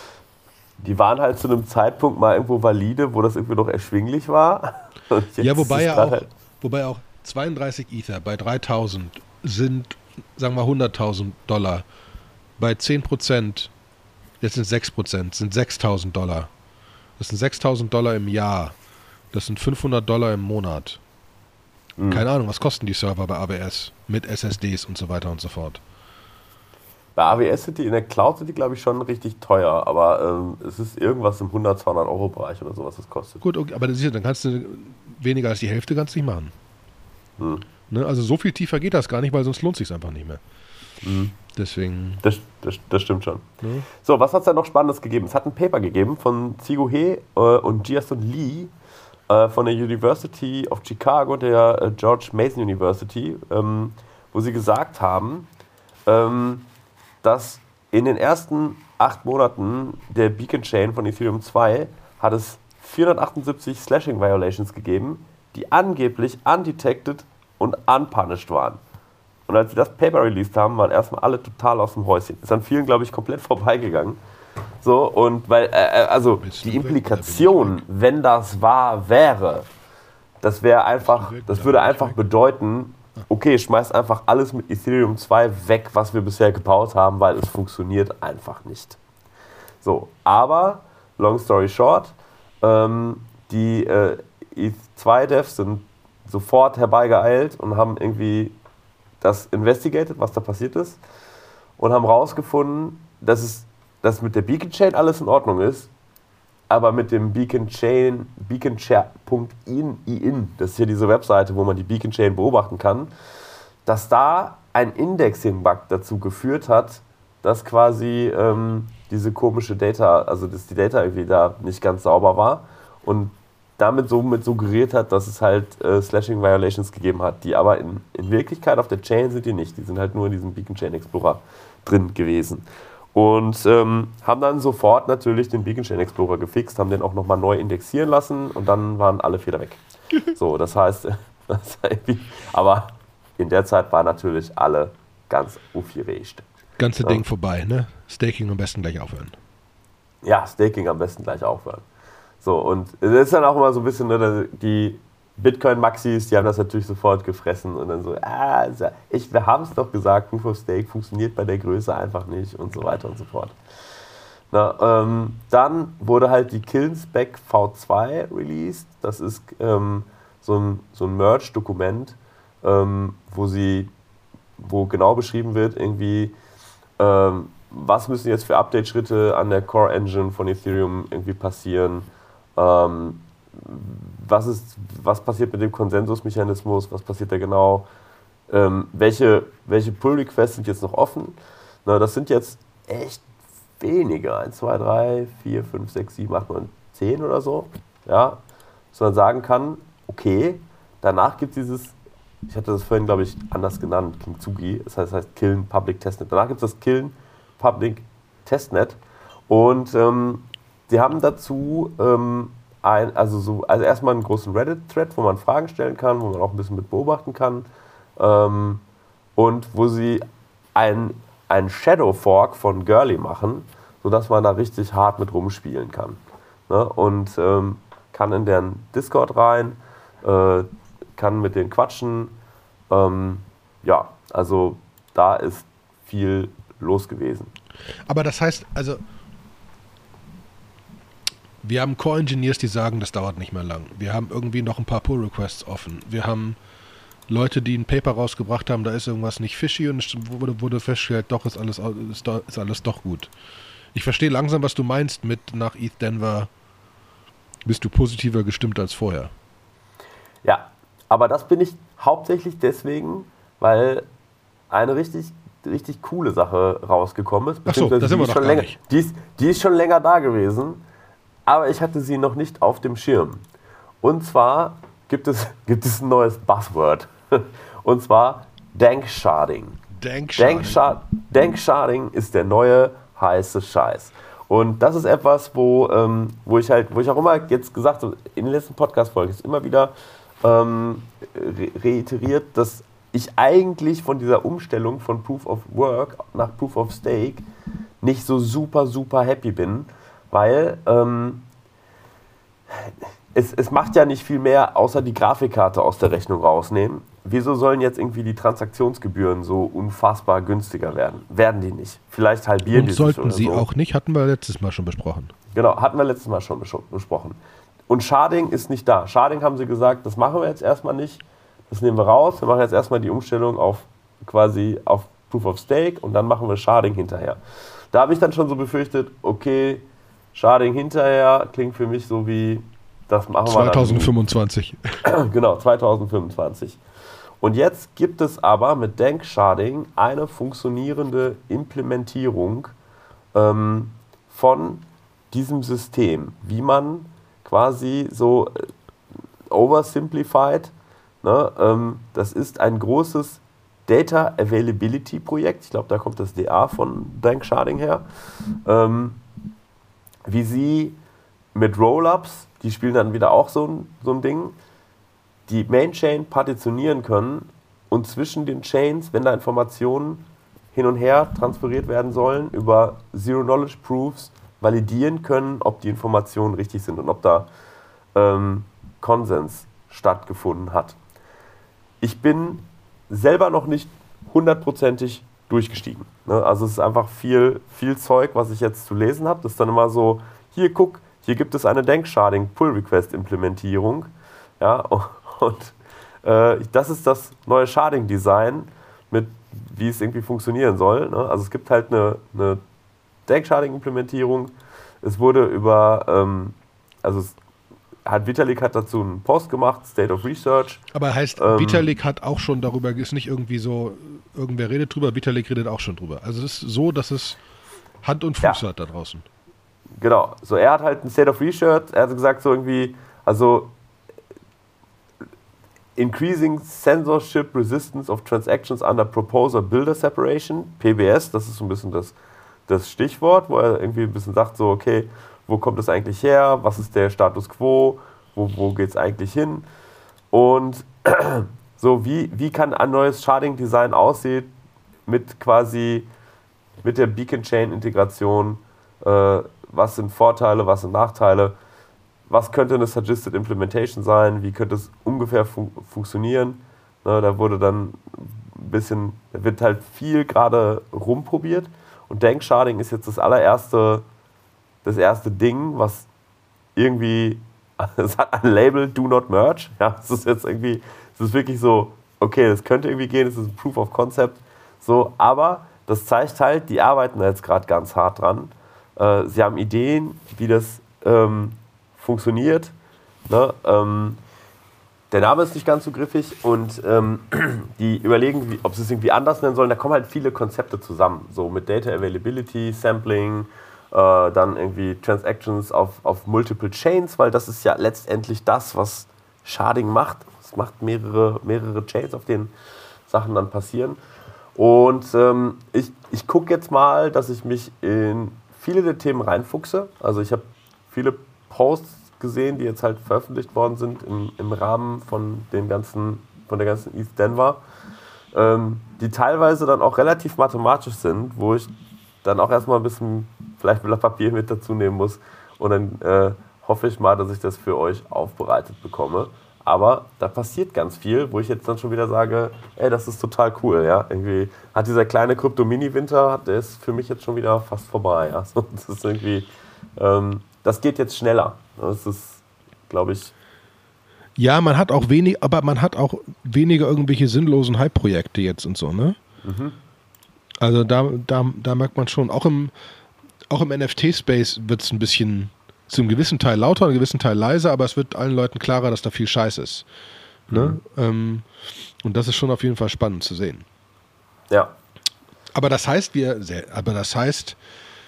die waren halt zu einem Zeitpunkt mal irgendwo valide, wo das irgendwie noch erschwinglich war. Und jetzt Ja, wobei ist ja grad auch, halt, wobei auch zweiunddreißig Ether bei dreitausend sind, sagen wir hunderttausend Dollar. Bei zehn Prozent, jetzt sind sechs Prozent, sind sechstausend Dollar. Das sind sechstausend Dollar im Jahr. Das sind fünfhundert Dollar im Monat. mh. Keine Ahnung, was kosten die Server bei A W S mit S S Ds und so weiter und so fort. Bei A W S sind die in der Cloud sind die, glaube ich, schon richtig teuer, aber ähm, es ist irgendwas im hundert, zweihundert Euro Bereich oder sowas, das kostet. Gut, okay, aber das ist ja, dann kannst du weniger als die Hälfte kannst du nicht machen. Hm. Ne? Also so viel tiefer geht das gar nicht, weil sonst lohnt sich einfach nicht mehr. Mhm. Deswegen. Das, das, das stimmt schon. Ne? So, was hat es da noch Spannendes gegeben? Es hat ein Paper gegeben von Zigo He äh, und Jiasun Lee äh, von der University of Chicago, der äh, George Mason University, ähm, wo sie gesagt haben, ähm, dass in den ersten acht Monaten der Beacon Chain von Ethereum zwei hat es vierhundertachtundsiebzig Slashing Violations gegeben, die angeblich undetected und unpunished waren. Und als sie das Paper released haben, waren erstmal alle total aus dem Häuschen. Ist an vielen, glaube ich, komplett vorbeigegangen. So, und weil, äh, also Bist du die weg oder Implikation, bin ich wenn das wahr wäre, das wäre einfach, weg das oder würde bin ich einfach weg? bedeuten, okay, schmeißt einfach alles mit Ethereum zwei weg, was wir bisher gebaut haben, weil es funktioniert einfach nicht. So, aber, long story short, ähm, die äh, E T H zwei Devs sind sofort herbeigeeilt und haben irgendwie das investigated, was da passiert ist, und haben rausgefunden, dass es dass mit der Beacon Chain alles in Ordnung ist, aber mit dem Beacon Chain, beaconchain punkt in, das ist hier diese Webseite, wo man die Beacon Chain beobachten kann, dass da ein Indexing-Bug dazu geführt hat, dass quasi ähm, diese komische Data, also dass die Data irgendwie da nicht ganz sauber war und damit somit suggeriert hat, dass es halt äh, Slashing Violations gegeben hat, die aber in, in Wirklichkeit auf der Chain sind die nicht. Die sind halt nur in diesem Beacon Chain Explorer drin gewesen. Und ähm, haben dann sofort natürlich den Beacon Chain Explorer gefixt, haben den auch nochmal neu indexieren lassen und dann waren alle Fehler weg. So, das heißt, das aber in der Zeit waren natürlich alle ganz aufgeregt. Ganze Ja. Ding vorbei, ne? Staking am besten gleich aufhören. Ja, Staking am besten gleich aufhören. So, und es ist dann auch immer so ein bisschen, ne, die Bitcoin-Maxis, die haben das natürlich sofort gefressen und dann so, ah, ich, wir haben es doch gesagt, Proof of Stake funktioniert bei der Größe einfach nicht und so weiter und so fort. Na, ähm, dann wurde halt die Kiln-Spec V zwei released. Das ist ähm, so ein, so ein Merge-Dokument, ähm, wo sie, wo genau beschrieben wird, irgendwie, ähm, was müssen jetzt für Update-Schritte an der Core-Engine von Ethereum irgendwie passieren, ähm, was ist, was passiert mit dem Konsensusmechanismus, was passiert da genau, ähm, welche, welche Pull-Requests sind jetzt noch offen. Na, das sind jetzt echt wenige, eins, zwei, drei, vier, fünf, sechs, sieben, acht, neun, zehn oder so, ja, dass man sagen kann, okay, danach gibt es dieses, ich hatte das vorhin, glaube ich, anders genannt, Kintsugi, das heißt, das heißt Kiln Public Testnet. Danach gibt es das Kiln Public Testnet und ähm, sie haben dazu ähm, ein, also so, also erstmal einen großen Reddit-Thread, wo man Fragen stellen kann, wo man auch ein bisschen mit beobachten kann ähm, und wo sie ein, ein Shadow Fork von Girly machen, sodass man da richtig hart mit rumspielen kann. Ne? Und ähm, kann in deren Discord rein, äh, kann mit denen quatschen. Ähm, ja, also da ist viel los gewesen. Aber das heißt, also wir haben Core-Engineers, die sagen, das dauert nicht mehr lang. Wir haben irgendwie noch ein paar Pull-Requests offen. Wir haben Leute, die ein Paper rausgebracht haben, da ist irgendwas nicht fishy und es wurde, wurde festgestellt, doch, ist alles, ist, ist alles doch gut. Ich verstehe langsam, was du meinst mit nach E T H Denver bist du positiver gestimmt als vorher. Ja, aber das bin ich hauptsächlich deswegen, weil eine richtig, richtig coole Sache rausgekommen ist. Ach so, da sind wir doch gar länger, nicht. Die ist, die ist schon länger da gewesen, aber ich hatte sie noch nicht auf dem Schirm. Und zwar gibt es, gibt es ein neues Buzzword. Und zwar Danksharding. Danksharding. Danksharding ist der neue heiße Scheiß. Und das ist etwas, wo, ähm, wo ich halt, wo ich auch immer jetzt gesagt habe, in den letzten Podcast-Folgen ist immer wieder ähm, re- reiteriert, dass ich eigentlich von dieser Umstellung von Proof of Work nach Proof of Stake nicht so super, super happy bin, weil ähm, es, es macht ja nicht viel mehr, außer die Grafikkarte aus der Rechnung rausnehmen. Wieso sollen jetzt irgendwie die Transaktionsgebühren so unfassbar günstiger werden? Werden die nicht. Vielleicht halbieren Und die sich sollten oder sie so. auch nicht, hatten wir letztes Mal schon besprochen. Genau, hatten wir letztes Mal schon besprochen. Und Sharding ist nicht da. Sharding haben sie gesagt, das machen wir jetzt erstmal nicht. Das nehmen wir raus. Wir machen jetzt erstmal die Umstellung auf quasi auf Proof of Stake und dann machen wir Sharding hinterher. Da habe ich dann schon so befürchtet, okay, Sharding hinterher klingt für mich so wie, das machen wir zwanzig fünfundzwanzig. dann. Genau, zwanzig fünfundzwanzig. Und jetzt gibt es aber mit Danksharding eine funktionierende Implementierung ähm, von diesem System, wie man quasi so äh, oversimplified, ne, ähm, das ist ein großes Data Availability Projekt, ich glaube, da kommt das D A von Danksharding her, ähm, wie sie mit Rollups, die spielen dann wieder auch so ein, so ein Ding, die Main-Chain partitionieren können und zwischen den Chains, wenn da Informationen hin und her transferiert werden sollen, über Zero-Knowledge-Proofs validieren können, ob die Informationen richtig sind und ob da ähm, Konsens stattgefunden hat. Ich bin selber noch nicht hundertprozentig durchgestiegen. Ne? Also es ist einfach viel, viel Zeug, was ich jetzt zu lesen habe. Das ist dann immer so, hier guck, hier gibt es eine Danksharding-Pull-Request-Implementierung. Ja, und äh, das ist das neue Sharding-Design, mit wie es irgendwie funktionieren soll. Ne? Also es gibt halt eine, eine Danksharding-Implementierung. Es wurde über, ähm, also es hat Vitalik hat dazu einen Post gemacht, State of Research. Aber heißt, ähm, Vitalik hat auch schon darüber, ist nicht irgendwie so, irgendwer redet drüber, Vitalik redet auch schon drüber. Also es ist so, dass es Hand und Fuß ja. hat da draußen. Genau, so er hat halt ein State of Research, er hat gesagt so irgendwie, also Increasing Censorship Resistance of Transactions under Proposer Builder Separation, P B S, das ist so ein bisschen das, das Stichwort, wo er irgendwie ein bisschen sagt so, okay, wo kommt das eigentlich her, was ist der Status Quo, wo, wo geht es eigentlich hin und so, wie, wie kann ein neues Sharding-Design aussehen mit quasi, mit der Beacon-Chain-Integration, äh, was sind Vorteile, was sind Nachteile, was könnte eine Suggested Implementation sein, wie könnte es ungefähr fun- funktionieren. Ne, da wurde dann ein bisschen, da wird halt viel gerade rumprobiert und Danksharding ist jetzt das allererste, das erste Ding, was irgendwie, es hat ein Label, Do Not Merge, ja, es ist jetzt irgendwie, es ist wirklich so, okay, das könnte irgendwie gehen, es ist ein Proof of Concept, so, aber das zeigt halt, die arbeiten jetzt gerade ganz hart dran. Äh, sie haben Ideen, wie das ähm, funktioniert. Ne? Ähm, der Name ist nicht ganz so griffig und ähm, die überlegen, wie, ob sie es irgendwie anders nennen sollen. Da kommen halt viele Konzepte zusammen, so mit Data Availability, Sampling, äh, dann irgendwie Transactions auf, auf Multiple Chains, weil das ist ja letztendlich das, was Sharding macht. Es macht mehrere, mehrere Chains, auf denen Sachen dann passieren. Und ähm, ich, ich gucke jetzt mal, dass ich mich in viele der Themen reinfuchse. Also ich habe viele Posts gesehen, die jetzt halt veröffentlicht worden sind im, im Rahmen von, den ganzen, von der ganzen E T H Denver, ähm, die teilweise dann auch relativ mathematisch sind, wo ich dann auch erstmal ein bisschen vielleicht Blatt Papier mit dazu nehmen muss und dann äh, hoffe ich mal, dass ich das für euch aufbereitet bekomme. Aber da passiert ganz viel, wo ich jetzt dann schon wieder sage, ey, das ist total cool, ja. Irgendwie hat dieser kleine Krypto-Mini-Winter, der ist für mich jetzt schon wieder fast vorbei, ja. So, das ist irgendwie, ähm, das geht jetzt schneller. Das ist, glaube ich... Ja, man hat auch wenig, aber man hat auch weniger irgendwelche sinnlosen Hype-Projekte jetzt und so, ne? Mhm. Also da, da, da merkt man schon, auch im, auch im N F T-Space wird es ein bisschen zu einem gewissen Teil lauter, einem gewissen Teil leiser, aber es wird allen Leuten klarer, dass da viel Scheiß ist. Ne? Mhm. Ähm, und das ist schon auf jeden Fall spannend zu sehen. Ja. Aber das heißt, wir, aber das heißt,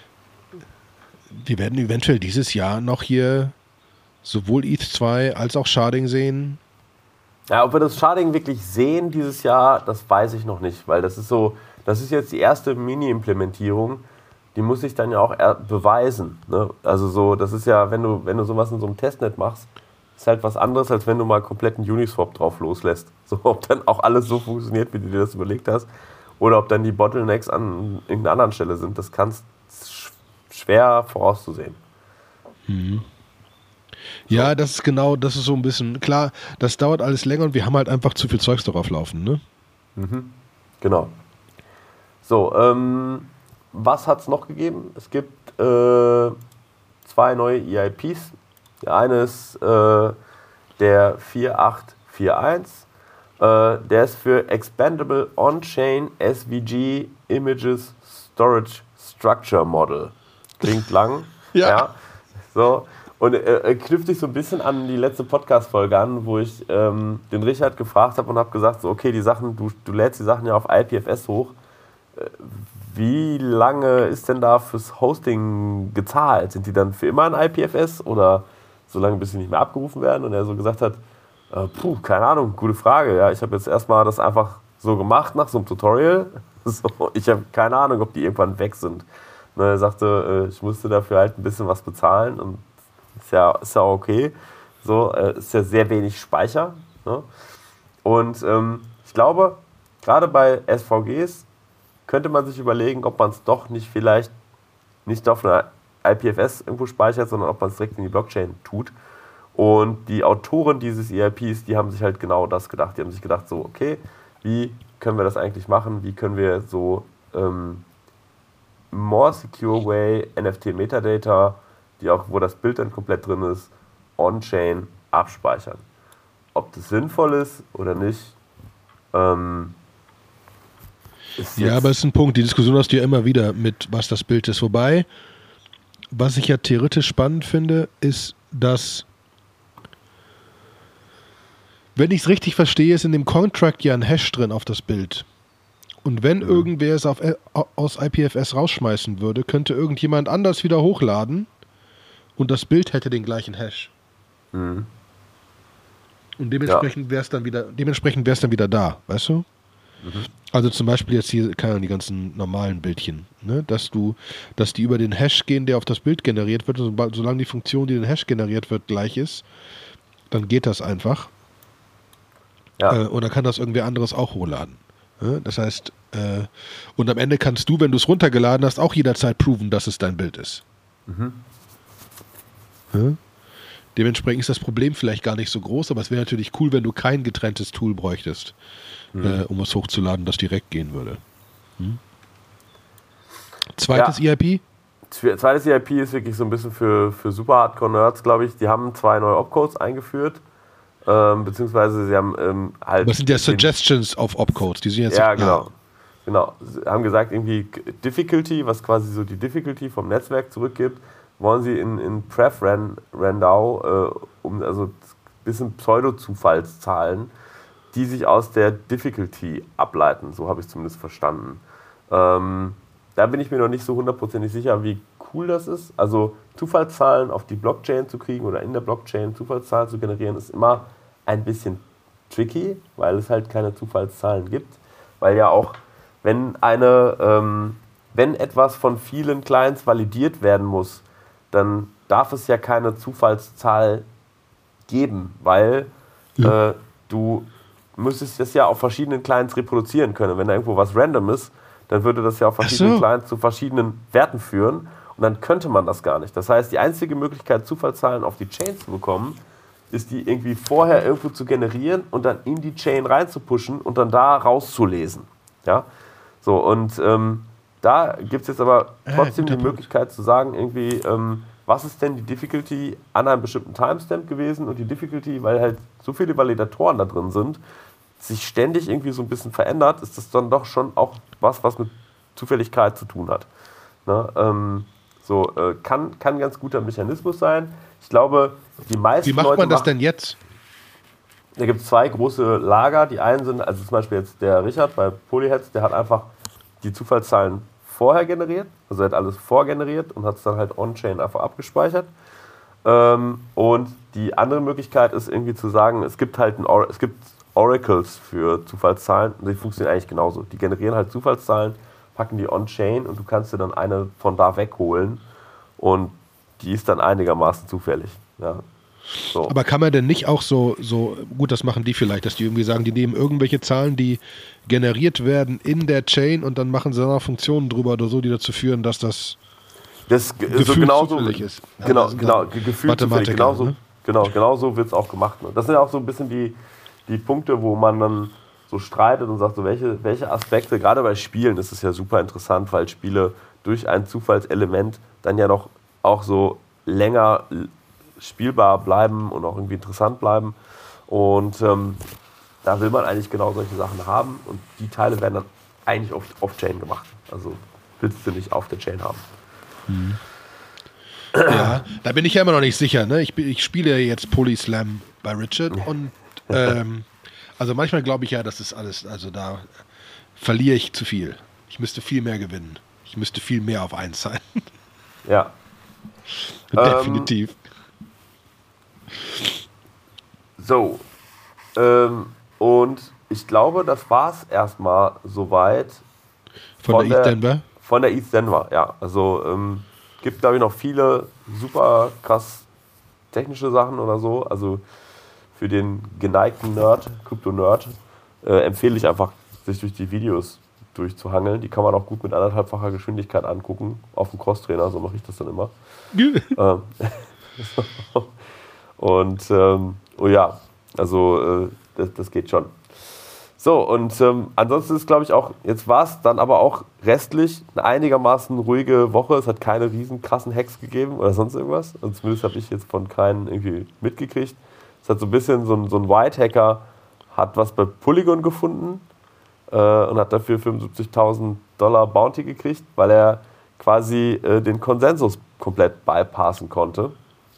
wir werden eventuell dieses Jahr noch hier sowohl E T H zwei als auch Sharding sehen. Ja, ob wir das Sharding wirklich sehen dieses Jahr, das weiß ich noch nicht, weil das ist so, das ist jetzt die erste Mini-Implementierung, die muss sich dann ja auch beweisen. Ne? Also so, das ist ja, wenn du, wenn du sowas in so einem Testnet machst, ist halt was anderes, als wenn du mal komplett einen Uniswap drauf loslässt. So, ob dann auch alles so funktioniert, wie du dir das überlegt hast, oder ob dann die Bottlenecks an irgendeiner anderen Stelle sind, das kannst sch- schwer vorauszusehen. Mhm. Ja, das ist genau, das ist so ein bisschen, klar, das dauert alles länger und wir haben halt einfach zu viel Zeugs darauf laufen, ne? Mhm. Genau. So, ähm, was hat es noch gegeben? Es gibt äh, zwei neue E I Ps. Der eine ist äh, der vier acht vier eins. Äh, der ist für Expandable On-Chain S V G Images Storage Structure Model. Klingt lang. Ja. ja. So. Und er äh, knüpft sich so ein bisschen an die letzte Podcast-Folge an, wo ich ähm, den Richard gefragt habe und habe gesagt, so, okay, die Sachen, du, du lädst die Sachen ja auf I P F S hoch. Äh, wie lange ist denn da fürs Hosting gezahlt? Sind die dann für immer in I P F S oder so lange, bis sie nicht mehr abgerufen werden? Und er so gesagt hat, äh, puh, keine Ahnung, gute Frage. Ja, ich habe jetzt erstmal das einfach so gemacht nach so einem Tutorial. So, ich habe keine Ahnung, ob die irgendwann weg sind. Und er sagte, äh, ich musste dafür halt ein bisschen was bezahlen und Ist ja, ist ja okay. So, äh, ist ja sehr wenig Speicher. Ne? Und ähm, ich glaube, gerade bei S V Gs könnte man sich überlegen, ob man es doch nicht vielleicht nicht auf einer I P F S irgendwo speichert, sondern ob man es direkt in die Blockchain tut. Und die Autoren dieses E I Ps, die haben sich halt genau das gedacht. Die haben sich gedacht, so, okay, wie können wir das eigentlich machen? Wie können wir so ähm, more secure way N F T Metadata, die auch, wo das Bild dann komplett drin ist, on-chain abspeichern. Ob das sinnvoll ist oder nicht, ähm, ist ja, aber es ist ein Punkt, die Diskussion hast du ja immer wieder mit, was das Bild ist. Wobei, was ich ja theoretisch spannend finde, ist, dass, wenn ich es richtig verstehe, ist in dem Contract ja ein Hash drin auf das Bild. Und wenn mhm. irgendwer es auf, aus I P F S rausschmeißen würde, könnte irgendjemand anders wieder hochladen und das Bild hätte den gleichen Hash. Mhm. Und dementsprechend wäre es dann wieder, dementsprechend wäre es dann wieder da, weißt du? Mhm. Also zum Beispiel jetzt hier, keine Ahnung, die ganzen normalen Bildchen, ne? Dass du, dass die über den Hash gehen, der auf das Bild generiert wird, und solange die Funktion, die den Hash generiert wird, gleich ist, dann geht das einfach. Ja. Äh, und dann kann das irgendwer anderes auch hochladen. Ne? Das heißt, äh, und am Ende kannst du, wenn du es runtergeladen hast, auch jederzeit proven, dass es dein Bild ist. Mhm. Ja? Dementsprechend ist das Problem vielleicht gar nicht so groß, aber es wäre natürlich cool, wenn du kein getrenntes Tool bräuchtest, mhm. äh, um es hochzuladen, das direkt gehen würde. Hm? Zweites ja. E I P? Zweites E I P ist wirklich so ein bisschen für, für super Hardcore-Nerds, glaube ich. Die haben zwei neue Opcodes eingeführt, ähm, beziehungsweise sie haben ähm, halt... Das sind ja Suggestions auf Opcodes, die sind jetzt... Ja, genau. Genau. Sie haben gesagt, irgendwie Difficulty, was quasi so die Difficulty vom Netzwerk zurückgibt, wollen sie in, in Pref-Randau, äh, um also ein bisschen Pseudo-Zufallszahlen, die sich aus der Difficulty ableiten. So habe ich es zumindest verstanden. Ähm, da bin ich mir noch nicht so hundertprozentig sicher, wie cool das ist. Also Zufallszahlen auf die Blockchain zu kriegen oder in der Blockchain Zufallszahlen zu generieren, ist immer ein bisschen tricky, weil es halt keine Zufallszahlen gibt. Weil ja auch, wenn eine, ähm, wenn etwas von vielen Clients validiert werden muss, dann darf es ja keine Zufallszahl geben, weil ja. äh, du müsstest das ja auf verschiedenen Clients reproduzieren können. Wenn da irgendwo was random ist, dann würde das ja auf verschiedenen so. Clients zu verschiedenen Werten führen und dann könnte man das gar nicht. Das heißt, die einzige Möglichkeit, Zufallszahlen auf die Chain zu bekommen, ist die irgendwie vorher irgendwo zu generieren und dann in die Chain reinzupushen und dann da rauszulesen. Ja? So, und ähm, da gibt es jetzt aber trotzdem ah, die Möglichkeit zu sagen, irgendwie, ähm, was ist denn die Difficulty an einem bestimmten Timestamp gewesen und die Difficulty, weil halt so viele Validatoren da drin sind, sich ständig irgendwie so ein bisschen verändert, ist das dann doch schon auch was, was mit Zufälligkeit zu tun hat. Ne? Ähm, So, äh, kann, kann ein ganz guter Mechanismus sein. Ich glaube, die meisten Wie macht Leute man das machen, denn jetzt? Da gibt es zwei große Lager. Die einen sind, also zum Beispiel jetzt der Richard bei Polyheads, der hat einfach die Zufallszahlen vorher generiert. Also er hat alles vorgeneriert und hat es dann halt on-chain einfach abgespeichert. Ähm, und die andere Möglichkeit ist irgendwie zu sagen, es gibt halt ein Or- es gibt Oracles für Zufallszahlen und die funktionieren eigentlich genauso. Die generieren halt Zufallszahlen, packen die on-chain und du kannst dir dann eine von da wegholen und die ist dann einigermaßen zufällig. Ja. So. Aber kann man denn nicht auch so, so, gut, das machen die vielleicht, dass die irgendwie sagen, die nehmen irgendwelche Zahlen, die generiert werden in der Chain und dann machen sie da Funktionen drüber oder so, die dazu führen, dass das Das Gefühl so genauso, zufällig ist. Genau, Also genau, Gefühl zufällig. Genauso, ne? genau, genauso wird es auch gemacht. Das sind ja auch so ein bisschen die, die Punkte, wo man dann so streitet und sagt, so welche, welche Aspekte, gerade bei Spielen ist es ja super interessant, weil Spiele durch ein Zufallselement dann ja noch auch so länger spielbar bleiben und auch irgendwie interessant bleiben. Und ähm, da will man eigentlich genau solche Sachen haben und die Teile werden dann eigentlich oft off-Chain gemacht. Also willst du nicht auf der Chain haben. Mhm. Ja, da bin ich ja immer noch nicht sicher. Ne? Ich, ich spiele jetzt Polyslam bei Richard und ähm, also manchmal glaube ich ja, das ist alles, also da verliere ich zu viel. Ich müsste viel mehr gewinnen. Ich müsste viel mehr auf eins sein. Ja. Definitiv. Ähm, so. Ähm, und ich glaube, das war es erstmal soweit. Von, von der E T H Denver? Von der E T H Denver, ja. Also ähm, gibt, glaube ich, noch viele super krass technische Sachen oder so. Also für den geneigten Nerd, Krypto-Nerd, äh, empfehle ich einfach, sich durch die Videos durchzuhangeln. Die kann man auch gut mit anderthalbfacher Geschwindigkeit angucken, auf dem Crosstrainer, so mache ich das dann immer. ähm, und ähm, oh ja, also äh, das, das geht schon. So, und ähm, ansonsten ist, glaube ich, auch, jetzt war es dann aber auch restlich eine einigermaßen ruhige Woche. Es hat keine riesen krassen Hacks gegeben oder sonst irgendwas. Und zumindest habe ich jetzt von keinen irgendwie mitgekriegt. Es hat so ein bisschen, so ein, so ein White-Hacker hat was bei Polygon gefunden äh, und hat dafür fünfundsiebzigtausend Dollar Bounty gekriegt, weil er quasi äh, den Konsensus komplett bypassen konnte.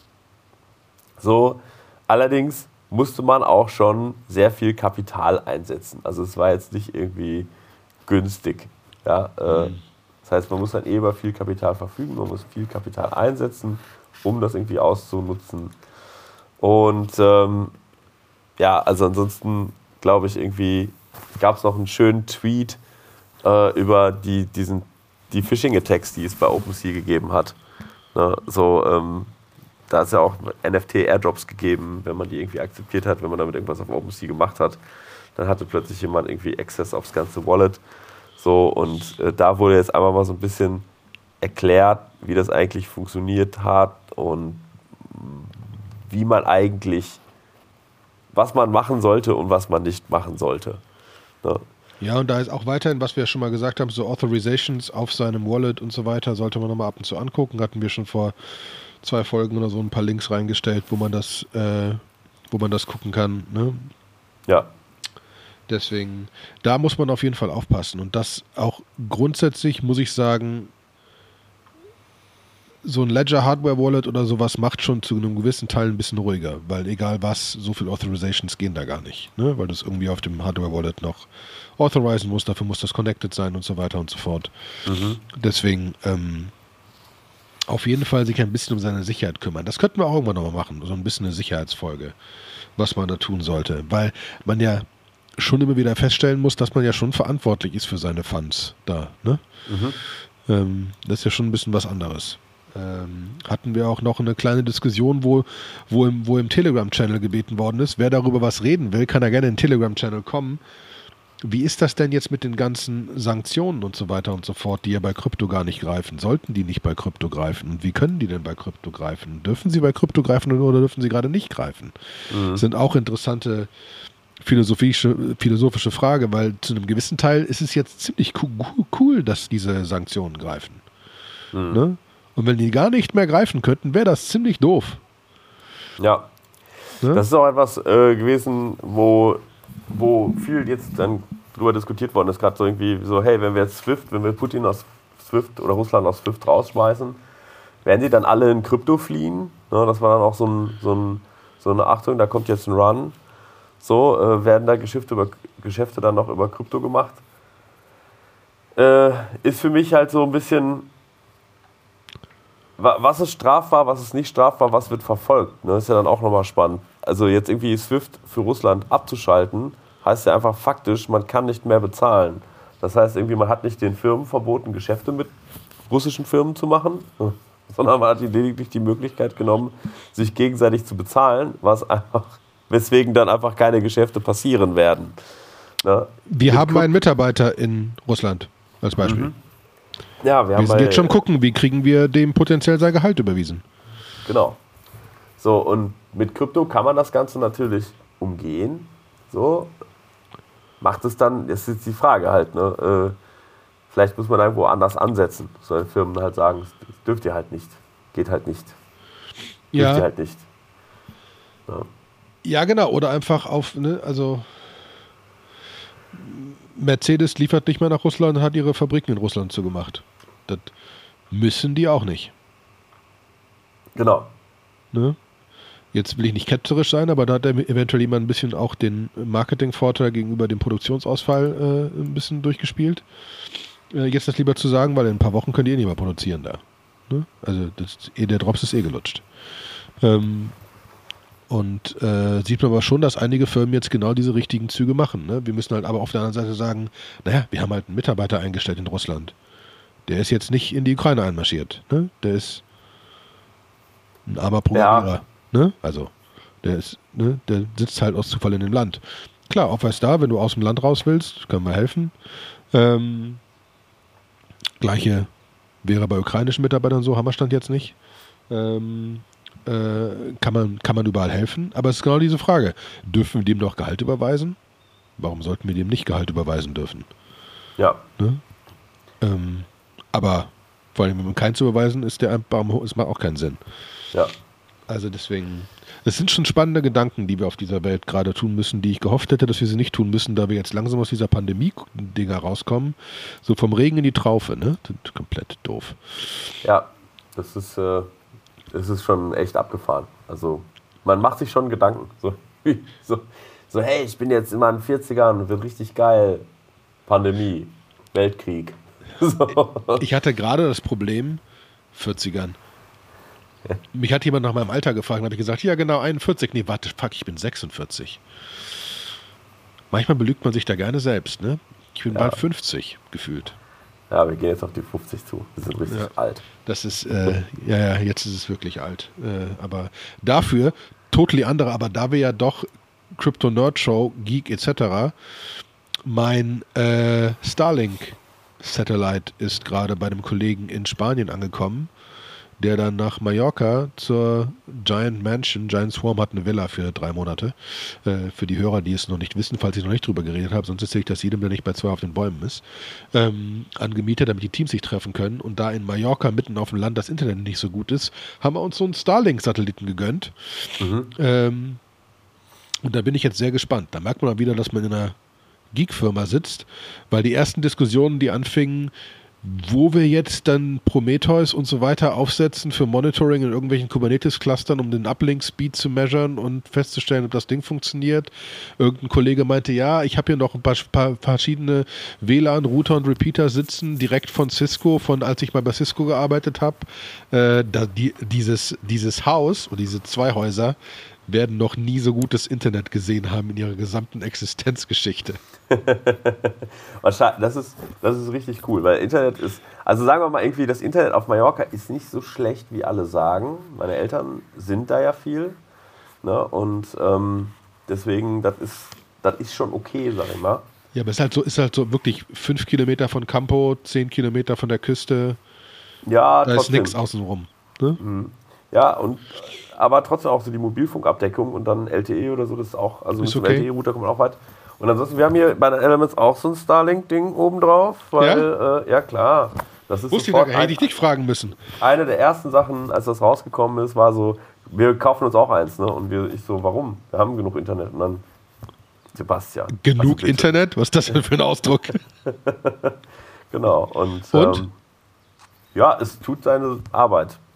So, allerdings musste man auch schon sehr viel Kapital einsetzen. Also es war jetzt nicht irgendwie günstig. Ja, äh, mhm. Das heißt, man muss dann eh über viel Kapital verfügen, man muss viel Kapital einsetzen, um das irgendwie auszunutzen. Und ähm, ja, also ansonsten glaube ich irgendwie, gab es noch einen schönen Tweet äh, über die, diesen, die Phishing-Attacks, die es bei OpenSea gegeben hat. Ne, so, ähm, da ist ja auch N F T-Airdrops gegeben, wenn man die irgendwie akzeptiert hat, wenn man damit irgendwas auf OpenSea gemacht hat. Dann hatte plötzlich jemand irgendwie Access aufs ganze Wallet. So, und äh, da wurde jetzt einmal mal so ein bisschen erklärt, wie das eigentlich funktioniert hat und wie man eigentlich, was man machen sollte und was man nicht machen sollte. Ne? Ja, und da ist auch weiterhin, was wir schon mal gesagt haben, so Authorizations auf seinem Wallet und so weiter, sollte man nochmal ab und zu angucken. Hatten wir schon vor zwei Folgen oder so ein paar Links reingestellt, wo man das, äh, wo man das gucken kann. Ne? Ja. Deswegen, da muss man auf jeden Fall aufpassen. Und das auch grundsätzlich, muss ich sagen, so ein Ledger Hardware Wallet oder sowas macht schon zu einem gewissen Teil ein bisschen ruhiger, weil egal was, so viele Authorizations gehen da gar nicht, ne? Weil du es irgendwie auf dem Hardware Wallet noch authorisieren musst, dafür muss das connected sein und so weiter und so fort. Mhm. Deswegen ähm, auf jeden Fall sich ein bisschen um seine Sicherheit kümmern. Das könnten wir auch irgendwann nochmal machen, so ein bisschen eine Sicherheitsfolge, was man da tun sollte, weil man ja schon immer wieder feststellen muss, dass man ja schon verantwortlich ist für seine Funds da, ne? Mhm. Ähm, das ist ja schon ein bisschen was anderes. Ähm, hatten wir auch noch eine kleine Diskussion, wo, wo im, wo im Telegram-Channel gebeten worden ist. Wer darüber was reden will, kann da gerne in den Telegram-Channel kommen. Wie ist das denn jetzt mit den ganzen Sanktionen und so weiter und so fort, die ja bei Krypto gar nicht greifen? Sollten die nicht bei Krypto greifen? Und wie können die denn bei Krypto greifen? Dürfen sie bei Krypto greifen oder dürfen sie gerade nicht greifen? Mhm. Das sind auch interessante philosophische, philosophische Frage, weil zu einem gewissen Teil ist es jetzt ziemlich cool, dass diese Sanktionen greifen. Mhm. Ne? Und wenn die gar nicht mehr greifen könnten, wäre das ziemlich doof. Ja. Ne? Das ist auch etwas äh, gewesen, wo, wo viel jetzt dann drüber diskutiert worden ist, gerade so irgendwie so, hey, wenn wir jetzt SWIFT, wenn wir Putin aus SWIFT oder Russland aus SWIFT rausschmeißen, werden sie dann alle in Krypto fliehen? Ne, das war dann auch so, ein, so, ein, so eine Achtung, da kommt jetzt ein Run. So, äh, werden da Geschäfte, über, Geschäfte dann noch über Krypto gemacht? Äh, ist für mich halt so ein bisschen, was ist strafbar, was ist nicht strafbar, was wird verfolgt. Ne? Das ist ja dann auch nochmal spannend. Also jetzt irgendwie SWIFT für Russland abzuschalten, heißt ja einfach faktisch, man kann nicht mehr bezahlen. Das heißt irgendwie, man hat nicht den Firmen verboten, Geschäfte mit russischen Firmen zu machen, sondern man hat lediglich die Möglichkeit genommen, sich gegenseitig zu bezahlen, was einfach, weswegen dann einfach keine Geschäfte passieren werden. Ne? Wir haben einen Mitarbeiter in Russland als Beispiel. Mhm. Ja, wir, wir haben sind bei, jetzt schon gucken, wie kriegen wir dem potenziell sein Gehalt überwiesen. Genau. So, und mit Krypto kann man das Ganze natürlich umgehen. So, macht es dann, das ist jetzt die Frage halt, ne? Äh, vielleicht muss man irgendwo anders ansetzen. Sollen Firmen halt sagen, das dürft ihr halt nicht. Geht halt nicht. Ja. Dürft ihr halt nicht. Ja. Ja, genau. Oder einfach auf, ne, also Mercedes liefert nicht mehr nach Russland und hat ihre Fabriken in Russland zugemacht. Das müssen die auch nicht. Genau. Ne? Jetzt will ich nicht ketzerisch sein, aber da hat eventuell jemand ein bisschen auch den Marketingvorteil gegenüber dem Produktionsausfall äh, ein bisschen durchgespielt. Äh, jetzt das lieber zu sagen, weil in ein paar Wochen könnt ihr eh nicht mehr produzieren da. Ne? Also das, der Drops ist eh gelutscht. Ähm, und äh, sieht man aber schon, dass einige Firmen jetzt genau diese richtigen Züge machen. Ne? Wir müssen halt aber auf der anderen Seite sagen, naja, wir haben halt einen Mitarbeiter eingestellt in Russland. Der ist jetzt nicht in die Ukraine einmarschiert. Ne? Der ist ein armer Programmierer. Ja. Ne? Also, der ist, ne, der sitzt halt aus Zufall in dem Land. Klar, Opfer ist da, wenn du aus dem Land raus willst, können wir helfen. Ähm, gleiche wäre bei ukrainischen Mitarbeitern so, haben wir Stand jetzt nicht. Ähm, äh, kann man, kann man überall helfen, aber es ist genau diese Frage. Dürfen wir dem noch Gehalt überweisen? Warum sollten wir dem nicht Gehalt überweisen dürfen? Ja. Ne? Ähm, aber vor allem, wenn man keinen zu überweisen, ist der einfach, es macht auch keinen Sinn. Ja. Also deswegen, es sind schon spannende Gedanken, die wir auf dieser Welt gerade tun müssen, die ich gehofft hätte, dass wir sie nicht tun müssen, da wir jetzt langsam aus dieser Pandemie-Dinger rauskommen. So vom Regen in die Traufe, ne? Das ist komplett doof. Ja, das ist, äh, das ist schon echt abgefahren. Also man macht sich schon Gedanken. So, so, so hey, ich bin jetzt in meinen vierzigern und wird richtig geil. Pandemie, Weltkrieg. So. Ich hatte gerade das Problem, vierzigern. Mich hat jemand nach meinem Alter gefragt und habe ich gesagt, ja genau, einundvierzig. Nee, warte, fuck, ich bin sechsundvierzig. Manchmal belügt man sich da gerne selbst, ne? Ich bin ja. bald fünfzig, gefühlt. Ja, wir gehen jetzt auf die fünfzig zu. Wir sind richtig ja. alt. Das ist, äh, ja, ja, jetzt ist es wirklich alt. Äh, aber dafür, totally andere, aber da wir ja doch Crypto Nerd Show, Geek et cetera, mein äh, Starlink Satellite ist gerade bei einem Kollegen in Spanien angekommen, der dann nach Mallorca zur Giant Mansion, Giant Swarm hat eine Villa für drei Monate. Äh, für die Hörer, die es noch nicht wissen, falls ich noch nicht drüber geredet habe, sonst erzähle ich das jedem, der nicht bei zwei auf den Bäumen ist, ähm, angemietet, damit die Teams sich treffen können. Und da in Mallorca mitten auf dem Land das Internet nicht so gut ist, haben wir uns so einen Starlink-Satelliten gegönnt. Mhm. Ähm, und da bin ich jetzt sehr gespannt. Da merkt man mal wieder, dass man in einer Geek-Firma sitzt, weil die ersten Diskussionen, die anfingen, wo wir jetzt dann Prometheus und so weiter aufsetzen für Monitoring in irgendwelchen Kubernetes-Clustern, um den Uplink-Speed zu measuren und festzustellen, ob das Ding funktioniert. Irgendein Kollege meinte, ja, ich habe hier noch ein paar, paar verschiedene W L A N, Router und Repeater sitzen, direkt von Cisco, von als ich mal bei Cisco gearbeitet habe. Äh, da die, dieses, dieses Haus oder diese zwei Häuser werden noch nie so gutes Internet gesehen haben in ihrer gesamten Existenzgeschichte. Wahrscheinlich, das ist, das ist richtig cool, weil Internet ist, also sagen wir mal irgendwie, das Internet auf Mallorca ist nicht so schlecht, wie alle sagen. Meine Eltern sind da ja viel, ne? Und ähm, deswegen, das ist, das ist schon okay, sag ich mal. Ja, aber es ist halt so, ist halt so wirklich fünf Kilometer von Campo, zehn Kilometer von der Küste. Ja, da trotzdem. ist nichts außenrum. Ne? Mhm. Ja, und aber trotzdem auch so die Mobilfunkabdeckung und dann L T E oder so, das ist auch, also ist mit okay. dem L T E-Router kommt man auch weit. Und ansonsten, wir haben hier bei den Elements auch so ein Starlink-Ding oben drauf, weil, ja, äh, ja klar. Das ist Wusste ich da, hätte ich dich fragen müssen. Eine der ersten Sachen, als das rausgekommen ist, war so, wir kaufen uns auch eins, ne? Und wir, ich so, warum? Wir haben genug Internet. Und dann, Sebastian. Genug Internet? Was ist das denn für ein Ausdruck? Genau. Und, Und? Ähm, ja, es tut seine Arbeit.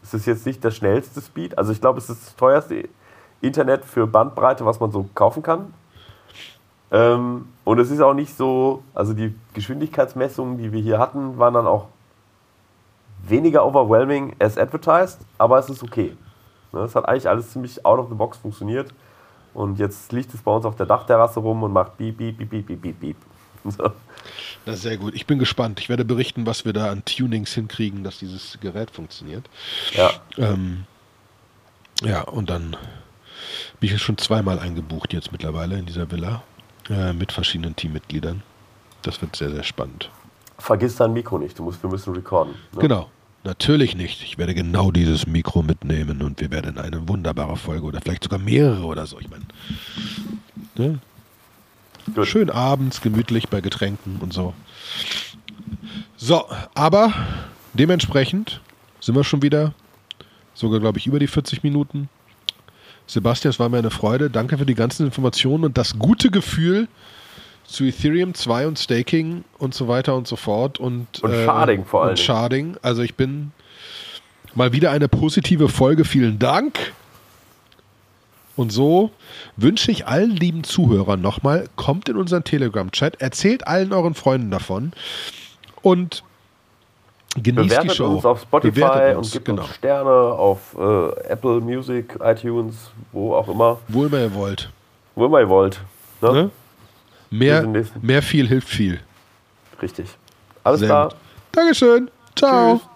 Es ist jetzt nicht der schnellste Speed. Also ich glaube, es ist das teuerste Internet für Bandbreite, was man so kaufen kann. Ähm, und es ist auch nicht so, also die Geschwindigkeitsmessungen, die wir hier hatten, waren dann auch weniger overwhelming as advertised, aber es ist okay. Es hat eigentlich alles ziemlich out of the box funktioniert. Und jetzt liegt es bei uns auf der Dachterrasse rum und macht beep, beep, beep, beep, beep, beep, beep. So. Na, sehr gut. Ich bin gespannt. Ich werde berichten, was wir da an Tunings hinkriegen, dass dieses Gerät funktioniert. Ja. Ähm, ja, und dann bin ich schon zweimal eingebucht jetzt mittlerweile in dieser Villa äh, mit verschiedenen Teammitgliedern. Das wird sehr, sehr spannend. Vergiss dein Mikro nicht. Du musst, wir müssen recorden. Ne? Genau. Natürlich nicht. Ich werde genau dieses Mikro mitnehmen und wir werden eine wunderbare Folge oder vielleicht sogar mehrere oder so. Ich meine, ne? Schön abends, gemütlich bei Getränken und so. So, aber dementsprechend sind wir schon wieder sogar, glaube ich, über die vierzig Minuten. Sebastian, es war mir eine Freude. Danke für die ganzen Informationen und das gute Gefühl zu Ethereum zwei und Staking und so weiter und so fort. Und, und äh, Sharding vor allem. Und Sharding. Also ich bin mal wieder eine positive Folge. Vielen Dank. Und so wünsche ich allen lieben Zuhörern nochmal, kommt in unseren Telegram-Chat, erzählt allen euren Freunden davon und genießt Bewertet die Show. uns auf Spotify Bewertet und uns, gibt genau. uns Sterne auf äh, Apple Music, iTunes, wo auch immer. Wo immer ihr wollt. Wo immer ihr wollt. Ne? Ne? Mehr, mehr viel hilft viel. Richtig. Alles Sehr klar. Gut. Dankeschön. Ciao. Tschüss.